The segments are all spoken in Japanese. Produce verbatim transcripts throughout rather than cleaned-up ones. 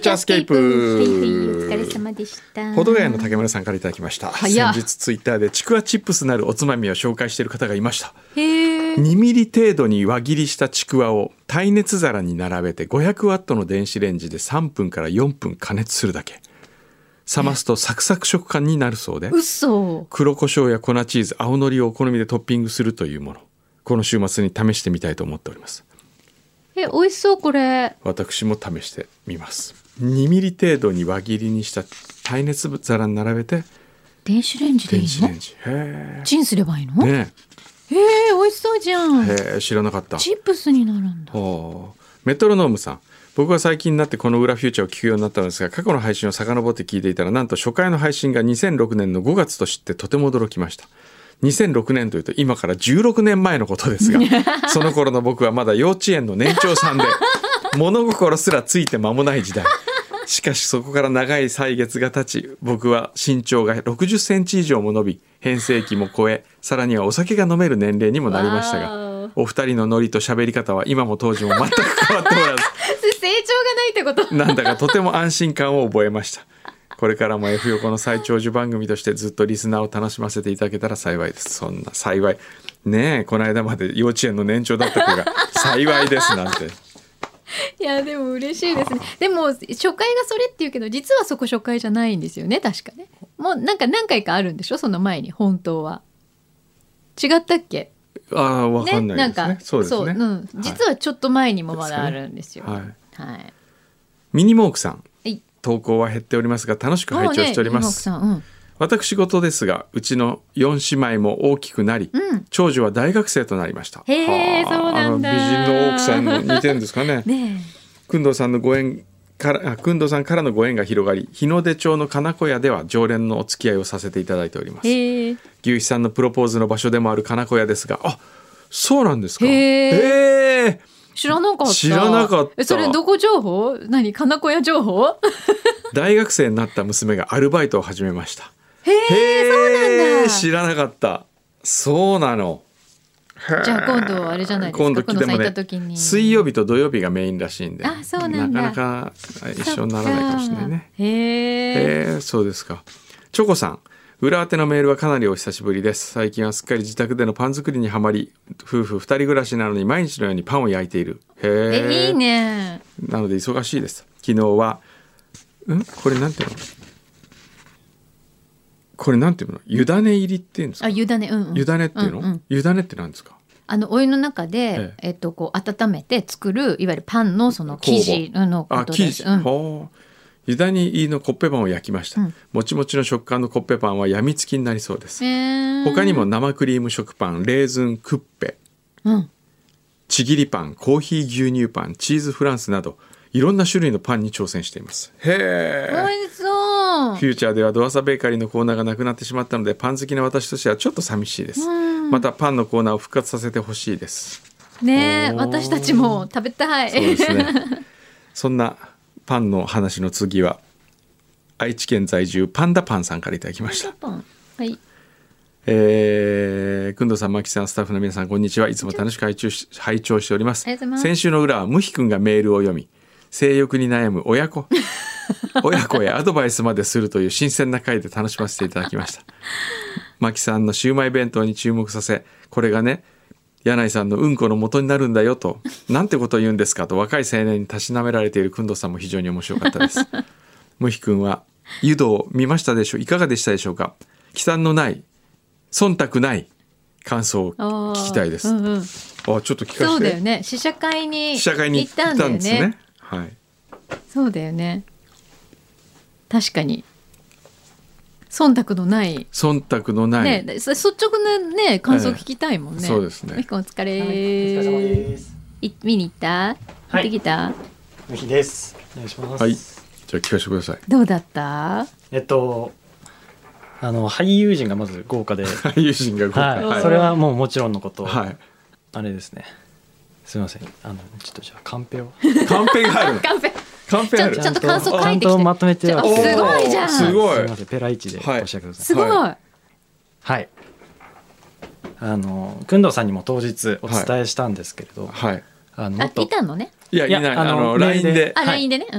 チャースケープ。 お疲れ様でした。 保土ヶ谷の竹丸さんからいただきました。先日ツイッターでちくわチップスなるおつまみを紹介している方がいました。 へー。 にミリ程度に輪切りしたちくわを耐熱皿に並べてごひゃくワットの電子レンジでさんぷんからよんぷん加熱するだけ。冷ますとサクサク食感になるそうで、 嘘。 黒胡椒や粉チーズ、青のりをお好みでトッピングするというもの。この週末に試してみたいと思っております。 え、美味しそうこれ。 私も試してみます。にミリ程度に輪切りにした耐熱皿に並べて電子レンジでいいの？ 電子レンジ。へー。 チンすればいいの？ ねえ。へえ、美味しそうじゃん。 へー、知らなかった。 チップスになるんだ。 メトロノームさん、僕は最近になってこの裏フューチャーを聞くようになったのですが、過去の配信を遡って聞いていたら、なんと初回の配信がにせんろくねんのごがつと知ってとても驚きました。にせんろくねんというと今からじゅうろくねんまえのことですがその頃の僕はまだ幼稚園の年長さんで物心すらついて間もない時代。しかしそこから長い歳月が経ち、僕は身長がろくじゅっセンチ以上も伸び、変声期も超え、さらにはお酒が飲める年齢にもなりましたが、お二人のノリと喋り方は今も当時も全く変わっておらず成長がないってことなんだかとても安心感を覚えました。これからも F 横の最長寿番組としてずっとリスナーを楽しませていただけたら幸いです。そんな幸いねえ、この間まで幼稚園の年長だった子が幸いですなんていやでも嬉しいですね。でも初回がそれっていうけど、実はそこ初回じゃないんですよね、確かね。もうなんか何回かあるんでしょ、その前に。本当は違ったっけ？ ああ、わかんないですね。 なんかそうですね。 そう、うん、実はちょっと前にもまだあるんですよ。 はいはい。 ミニモークさん、 はい、 投稿は減っておりますが楽しく拝聴しております。 もうね、ミニモークさん、うん、 私事ですが、うちのよん姉妹も大きくなり、うん、長女は大学生となりました。 へえ、そうなんだ。 あの美人の奥さんの似てるんですかね。 ねえ、 くんどうさんのご縁からくんどうさんからのご縁が広がり、日の出町の金子屋では常連のお付き合いをさせていただいております。 へえ、 牛肥さんのプロポーズの場所でもある金子屋ですが、あ、そうなんですか。 へええ、知らなかった。 知らなかった。 え、それどこ情報？何、金子屋情報？ 大学生になった娘がアルバイトを始めました。 へえ、そうなんだ。 知らなかった。そうなの。 じゃあ今度あれじゃないですか。 今度来てもね、水曜日と土曜日がメインらしいんで、 あ、そうなんだ。 なかなか一緒にならないかもしれないね。 へえ、 そうですか。チョコさん、裏宛てのメールはかなりお久しぶりです。最近はすっかり自宅でのパン作りにはまり、夫婦二人暮らしなのに毎日のようにパンを焼いている。へえ、いいね。 なので忙しいです。昨日はんこれなんていうの、これなんていうの、湯種入りっていうんですか。 あ、湯種、うんうん、 湯種っていうの、うんうん、湯種ってなんですか。 あのお湯の中で、えええっと、こう温めて作るいわゆるパンのその生地のことです。 あ、生地、うん、湯種入りのコッペパンを焼きました、うん、もちもちの食感のコッペパンはやみつきになりそうです。他にも生クリーム食パン、レーズンクッペ、うん、ちぎりパン、コーヒー牛乳パン、チーズフランスなどいろんな種類のパンに挑戦しています。へー、 おいしそう。 フューチャーではドアサベーカリーのコーナーがなくなってしまったので、パン好きな私としてはちょっと寂しいです。またパンのコーナーを復活させてほしいですね。え、私たちも食べたい。 そうですね。そんなパンの話の次は愛知県在住パンダパンさんからいただきました。 パン、はい、 えー、くんどうさん、まきさん、スタッフの皆さん、こんにちは。いつも楽しく拝聴し、拝聴しております。先週の裏はムヒくんがメールを読み、性欲に悩む親子親子へアドバイスまでするという新鮮な回で楽しませていただきました。マキさんのシウマイ弁当に注目させ、これがね、柳井さんのうんこの元になるんだよと、なんてことを言うんですかと若い青年にたしなめられているくんどうさんも非常に面白かったです。ムヒ君は湯道を見ましたでしょう、いかがでしたでしょうか。忌憚のない忖度ない感想を聞きたいです。うんうん、あ、ちょっと聞かせて。 そうだよね、試写会に試写会に行ったんだよね。ですね、はい、 そうだよね。確かに忖度のない忖度のない、 ね、率直な、ね、感想聞きたいもんね、えー、 そうですね。 お疲れ、 はい、お疲れ様です。 い見に行った、行ってきた。 むひです。お願いします。 はい、じゃあ聞かせてください。 どうだった？ えっとあの俳優陣がまず豪華で俳優陣が豪華、 はいはい、それはもうもちろんのこと、 はい、 あれですね、すみません、あのちょっとじゃあカンペをカンペがあるのカンペカンペある、 ちゃんと感想書いてきて、 ちゃんとまとめて、 すごいじゃん。 すごい、 すみません、ペライチでおっしゃってください。 すごい、 はい、はい、あの工藤さんにも当日お伝えしたんですけれど、 はい、 あのもっとあいたのね。 いやいない、あの ライン で、 あ ライン でね、うん、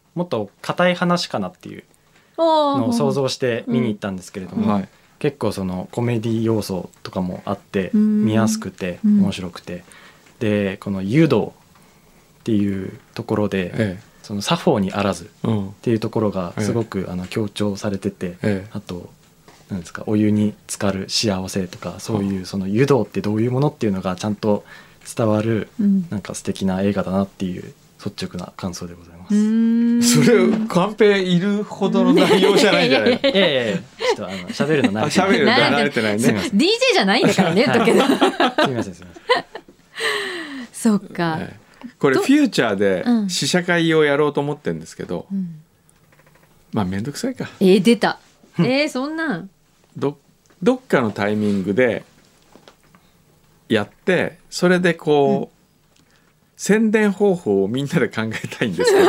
もっと硬い話かなっていうのを想像して見に行ったんですけれども、 うんはい、 結構そのコメディ要素とかもあって見やすくて面白くて、でこの誘導っていうところで、ええ、その作法にあらずっていうところがすごく、ええ、あの強調されてて、ええ、あとなんですか、お湯に浸かる幸せとか、そういうその誘導ってどういうものっていうのがちゃんと伝わる、うん、なんか素敵な映画だなっていう率直な感想でございます。うーん、それカンペいるほどの内容じゃないじゃない。 いやいや、ちょっとあの喋るの慣れてない。 喋るの慣れてないね。 ディージェー じゃないんだからね、だけど。すみませんすみません。 そっか。はい、 これフューチャーで試写会をやろうと思ってるんですけど、うん、まあめんどくさいか。 えー、出た。えー、そんなん。 どどっかのタイミングでやってそれでこう、うん、宣伝方法をみんなで考えたいんですけ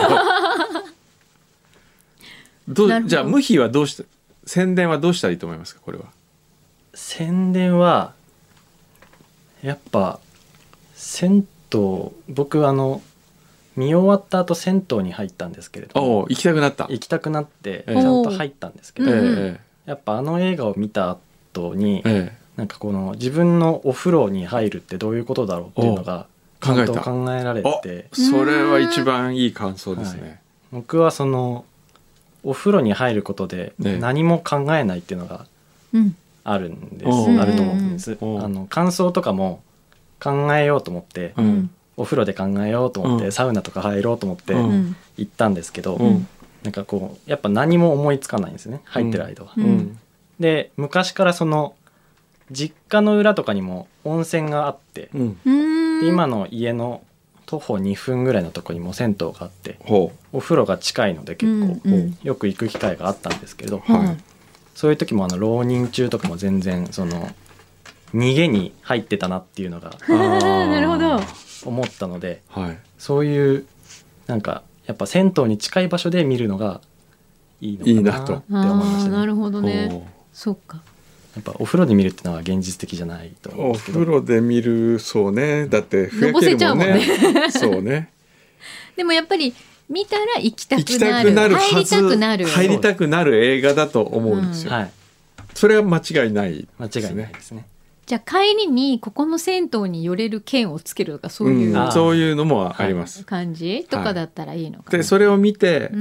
どどじゃあ無比はどうして宣伝はどうしたらいいと思いますか。これは宣伝はやっぱ銭湯、僕あの見終わった後銭湯に入ったんですけれども、 お行きたくなった行きたくなってちゃんと入ったんですけど、えー、やっぱあの映画を見た後に、えー、なんかこの自分のお風呂に入るってどういうことだろうっていうのがちゃんと考えられて、 それは一番いい感想ですね。はい、 僕はそのお風呂に入ることで何も考えないっていうのがあるんです、うん、あると思うんです。あの感想とかも考えようと思って、うん、お風呂で考えようと思って、うん、サウナとか入ろうと思って行ったんですけど、うん、なんかこうやっぱ何も思いつかないんですね、入ってる間は。うん、で昔からその実家の裏とかにも温泉があって、うん、で今の家の徒歩にふんぐらいのところにも銭湯があって、お風呂が近いので結構、うんうん、よく行く機会があったんですけど、はい、そういう時もあの浪人中とかも全然その逃げに入ってたなっていうのがなるほど思ったので、はい、そういうなんかやっぱ銭湯に近い場所で見るのがいいのかなって思いましたね。 なるほどね。そうか。 やっぱお風呂で見るってのは現実的じゃないと思うんですけど。 お風呂で見る、そうね。だってふやけるもんね。のぼせちゃうもんね。そうね。 でもやっぱり見たら行きたくなる。行きたくなるはず。入りたくなる。 入りたくなる映画だと思うんですよ。うん、はい。それは間違いないですね。間違いないですね。 じゃあ帰りにここの銭湯に寄れる券をつけるとかそういう、 うん、そういうのもあります。 感じとかだったらいいのかな。 でそれを見て、うん、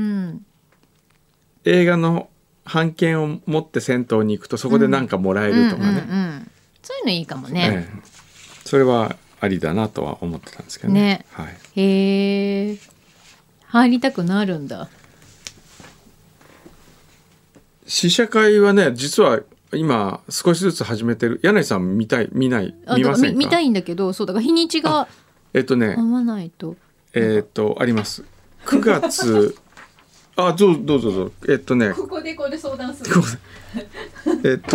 映画の版権を持って銭湯に行くとそこで何かもらえるとかね、うんうんうんうん、 そういうのいいかもね、 ええ、それはありだなとは思ってたんですけどね。ね、はい、 へえ、入りたくなるんだ。 試写会はね実は今少しずつ始めてる。柳井さん見たい見ない見ませんか。 見, 見たいんだけど、そうだから日にちがえっとね合わないとえっとありますくがつあどうぞどうぞどうぞえっとねここでこれ相談するえっと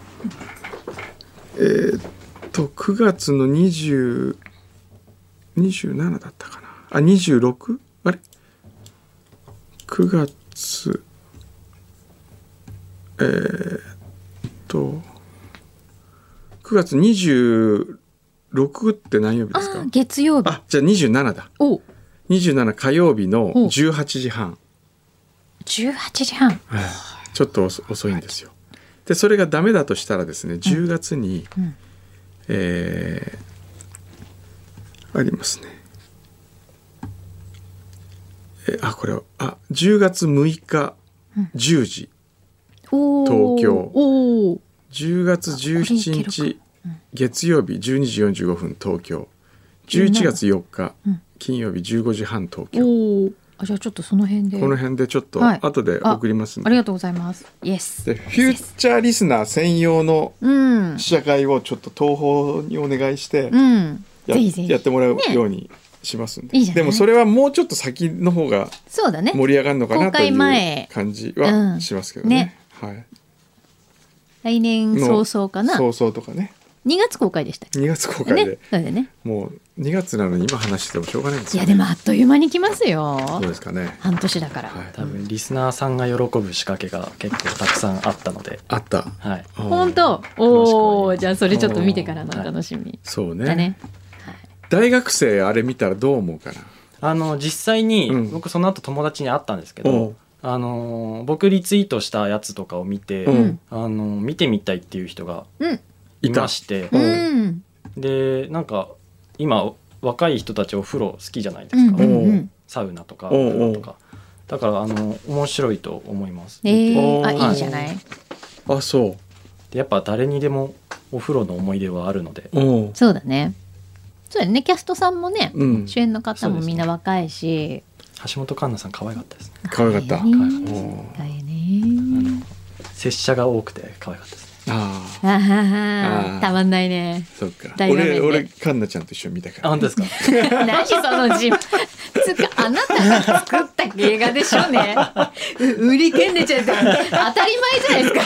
えっとくがつのにじゅう、にじゅうななだったかなあ にじゅうろく あれくがつえー、っとくがつにじゅうろくって何曜日ですか。 あ月曜日。 あじゃあにじゅうななだ。おにじゅうなな火曜日のじゅうはちじはん。 じゅうはちじはん、 ちょっと遅いんですよ。でそれがダメだとしたらですねじゅうがつに、うんうんえー、ありますねえあこれはあじゅうがつむいかじゅうじ、うん、東京おじゅうがつじゅうしちにち月曜日じゅうにじよんじゅうごふん東京じゅういちがつよっか、うん、金曜日じゅうごじはん東京。 おあじゃあちょっとその辺でこの辺でちょっと後で送りますんで、 はい、あ, ありがとうございます。イエスでフューチャーリスナー専用の試写会をちょっと東宝にお願いして、うん、や, ぜひぜひやってもらうようにしますんで、ね、いいじゃない。でもそれはもうちょっと先の方が盛り上がるのかなという感じはしますけど ね,、うん、ね、はい、 来年早々かな。 早々とかね。 にがつ公開でした。 にがつ公開で、 ね、そうでね、 もうにがつなのに今話してもしょうがないんですよ、 ね、いやでもあっという間に来ますよ。 そうですかね。 半年だから、はい、 多分リスナーさんが喜ぶ仕掛けが結構たくさんあったので。 あった、 はい、 本当。おおじゃあそれちょっと見てからの楽しみ、はい、 そうね、 ね、 はい、大学生あれ見たらどう思うかな。 あの実際に僕その後友達に会ったんですけど、うん、あの僕リツイートしたやつとかを見て、うん、あの見てみたいっていう人がいまして、うん、でなんか今若い人たちお風呂好きじゃないですか、うんうんうん、サウナとかお風呂とか、だからあの面白いと思います。 えー、あ、いいじゃない。 あ、そうでやっぱ誰にでもお風呂の思い出はあるので、 そうだね。そうだね、キャストさんもね、うん、主演の方もみんな若いし、 橋本環奈さん可愛かったですね。 可愛かった。可愛かったですね。拙者が多くて可愛かったですね。 ああ、たまんないね。 そうか。俺俺環奈ちゃんと一緒に見たから。 あ、本当ですか。 何その自分。つかあなたが作った映画でしょうね。売りけんでちゃって当たり前じゃないですか。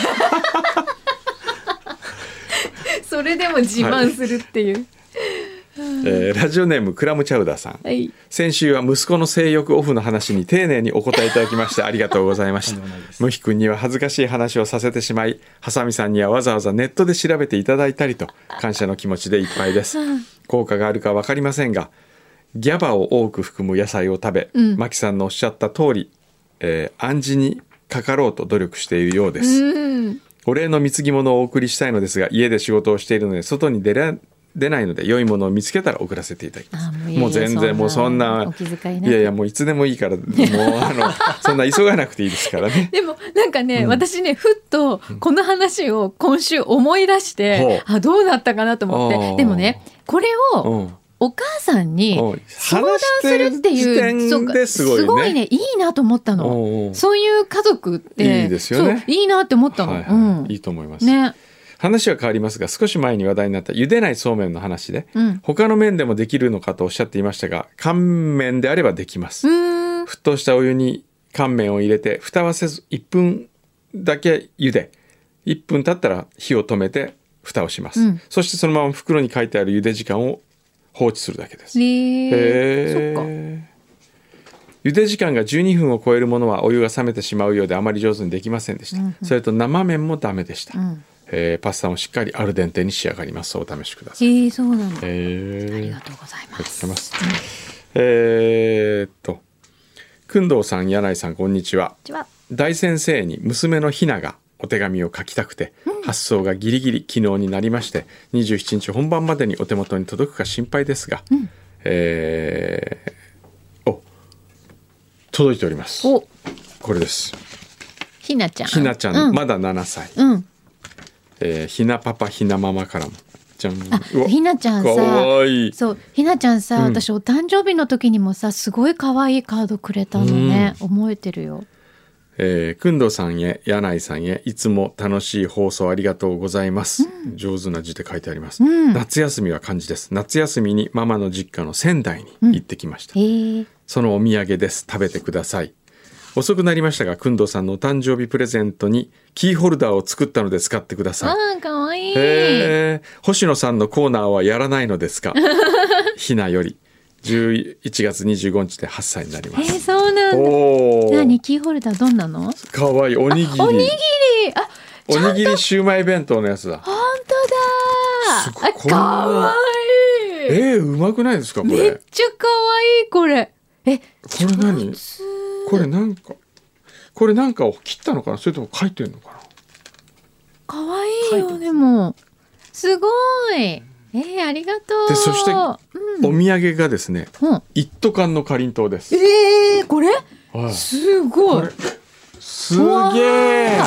それでも自慢するっていう。はい、 えー、ラジオネームクラムチャウダーさん、はい、先週は息子の性欲オフの話に丁寧にお答えいただきましてありがとうございました。ムヒ君には恥ずかしい話をさせてしまい、ハサミさんにはわざわざネットで調べていただいたりと感謝の気持ちでいっぱいです。効果があるか分かりませんが、ギャバを多く含む野菜を食べ、うん、マキさんのおっしゃった通り、えー、暗示にかかろうと努力しているようです。うん、お礼の貢ぎ物をお送りしたいのですが、家で仕事をしているので外に出れ出ないので、良いものを見つけたら送らせていただきます。もういやいや、もう全然もうそんな、いやいや、もういつでもいいからもうあのそんな急がなくていいですからね。 でもなんかね、うん、私ねふっとこの話を今週思い出して、うん、あどうなったかなと思って、でもねこれを、うんお母さんに相談するっていうそうかすごいね、すごいね、いいなと思ったの。おうおう、そういう家族っていいですよね。 そういいなって思ったの。はいはい、うん、 いいと思います。ね。話は変わりますが、少し前に話題になった茹でないそうめんの話で、うん、他の麺でもできるのかとおっしゃっていましたが、乾麺であればできます。沸騰したお湯に乾麺を入れて蓋はせずいっぷんだけ茹で、いっぷん経ったら火を止めて蓋をします。うん、そしてそのまま袋に書いてある茹で時間を放置するだけです。へー、そっか。茹で時間がじゅうにふんを超えるものはお湯が冷めてしまうようであまり上手にできませんでした。うんうん、それと生麺もダメでした。うん、えー、パスタもしっかりアルデンテに仕上がります。お試しください。 えー、そうなんだ。えー、ありがとうございます。ますえー、っと工藤さん、柳井さん、こんにちは。 ちは。 大先生に娘のひながお手紙を書きたくて、うん、発送がギリギリ昨日になりまして、にじゅうしちにち本番までにお手元に届くか心配ですが、うん、えー、お届いております。おこれです。 ひなちゃん、 ひなちゃん、うん、まだななさい、うん、えー、ひなパパひなママからもじゃん。 あ、ひなちゃんさ、かわいい。そうひなちゃんさ、うん、私お誕生日の時にもさすごい可愛いカードくれたのね、うん、覚えてるよ。 えー、くんどさんへ、柳井さんへ、いつも楽しい放送ありがとうございます。うん、上手な字で書いてあります。うん、夏休みは漢字です。夏休みにママの実家の仙台に行ってきました。うん、そのお土産です。食べてください。遅くなりましたが、くんどさんのお誕生日プレゼントにキーホルダーを作ったので使ってください。 あー、かわいい。 えー、星野さんのコーナーはやらないのですか。ひなより。じゅういちがつにじゅうごにちではっさいになります。 えー、そうなんだ。何キーホルダーどんなの？ かわいい。おにぎり。 おにぎり。あ、 おにぎりシューマイ弁当のやつだ。 本当だ。あ、かわいい。 えー、うまくないですかこれ。 めっちゃかわいいこれ。え、これ何？これなんかこれなんかを切ったのかな、それとも書いてるのかな。 かわいいよ。でもすごい。えー、ありがとう。 でそして、うん、お土産がですね、うん、一斗缶のかりんとうです。 えー、これ、はい、すごい。 すげえ。え、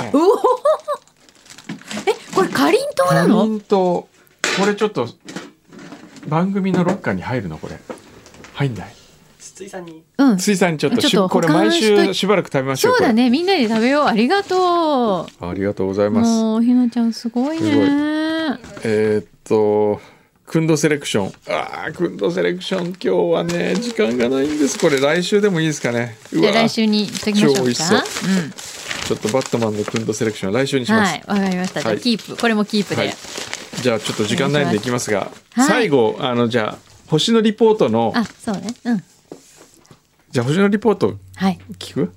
これかりんとうなの？ かりんとう。これちょっと番組のロッカーに入るの？これ入んない。 筒井さんに、 うん、 筒井さんにちょっと、ちょっとこれ毎週しばらく食べましょう。 そうだね、みんなで食べよう。ありがとう。 ありがとうございます。 もうひなちゃんすごいね。すごい。 えー、っとくんどセレクション、あーくんどセレクション、今日はね時間がないんです。これ来週でもいいですかね。 うわ、じゃあ来週にしときましょうか。 超美味しそう、うん、ちょっとバットマンのくんどセレクション来週にします。 はい、わかりました。じゃあキープ、はい、これもキープで、はい、 じゃあちょっと時間ないんでいきますが、はい、最後あのじゃあ星のリポートの、 あ、そうね、うん、 じゃあ星のリポート聞く、はい、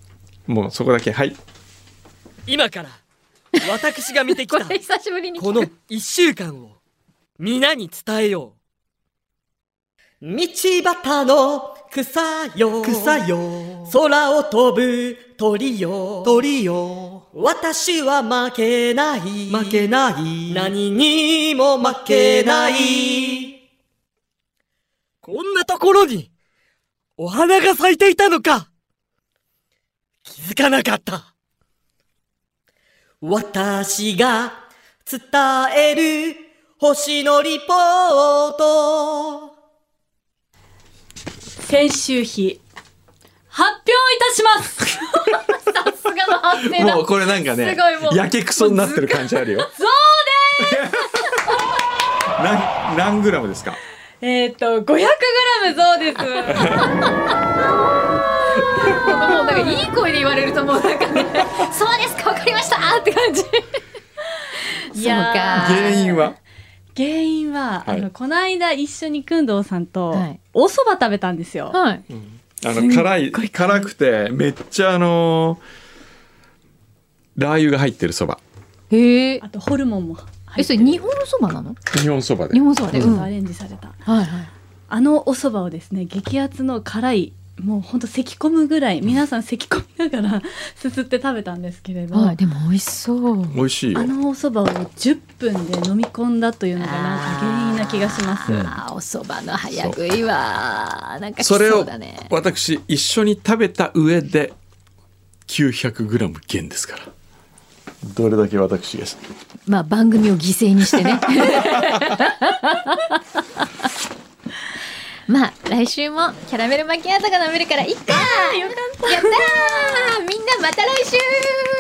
もうそこだけ。はい、 今から私が見てきたこれ久しぶりにこのいっしゅうかんを皆に伝えよう。 道端の草よ草よ空を飛ぶ鳥よ鳥よ私は負けない負けない何にも負けないこんなところにお花が咲いていたのか気づかなかった私が伝える星のリポート先週比発表いたしますさすがの発声だ。 もうこれなんかねやけくそになってる感じあるよ。 そうです何, 何グラムですか？ えっとごひゃくグラム増ですもうなんかいい声で言われるともうなんかねそうですかわかりましたって感じいや原因は原因は、 はい、 あのこの間一緒に工藤さんとお蕎麦食べたんですよ、 はい、 うん、あの辛い辛くてめっちゃあのー、ラー油が入ってるそば。 へえ。 あとホルモンも入ってる。 えそれ日本そばなの？ 日本そばで日本そばで、 うん、アレンジされた、はいはい、あのお蕎麦をですね激アツの辛いもうほんと咳込むぐらい皆さん咳込みながらすすって食べたんですけれど、 はい、でも美味しそう。 美味しいよ。 あのお蕎麦をじゅっぷんで飲み込んだというのがなんか原因な気がします。 ああお蕎麦の早食いはなんかきそうだね。 それを私一緒に食べた上で きゅうひゃくグラム 減ですからどれだけ私がまあ番組を犠牲にしてねまあ来週もキャラメルマキアートが飲めるからいっかーよかったやったーみんなまた来週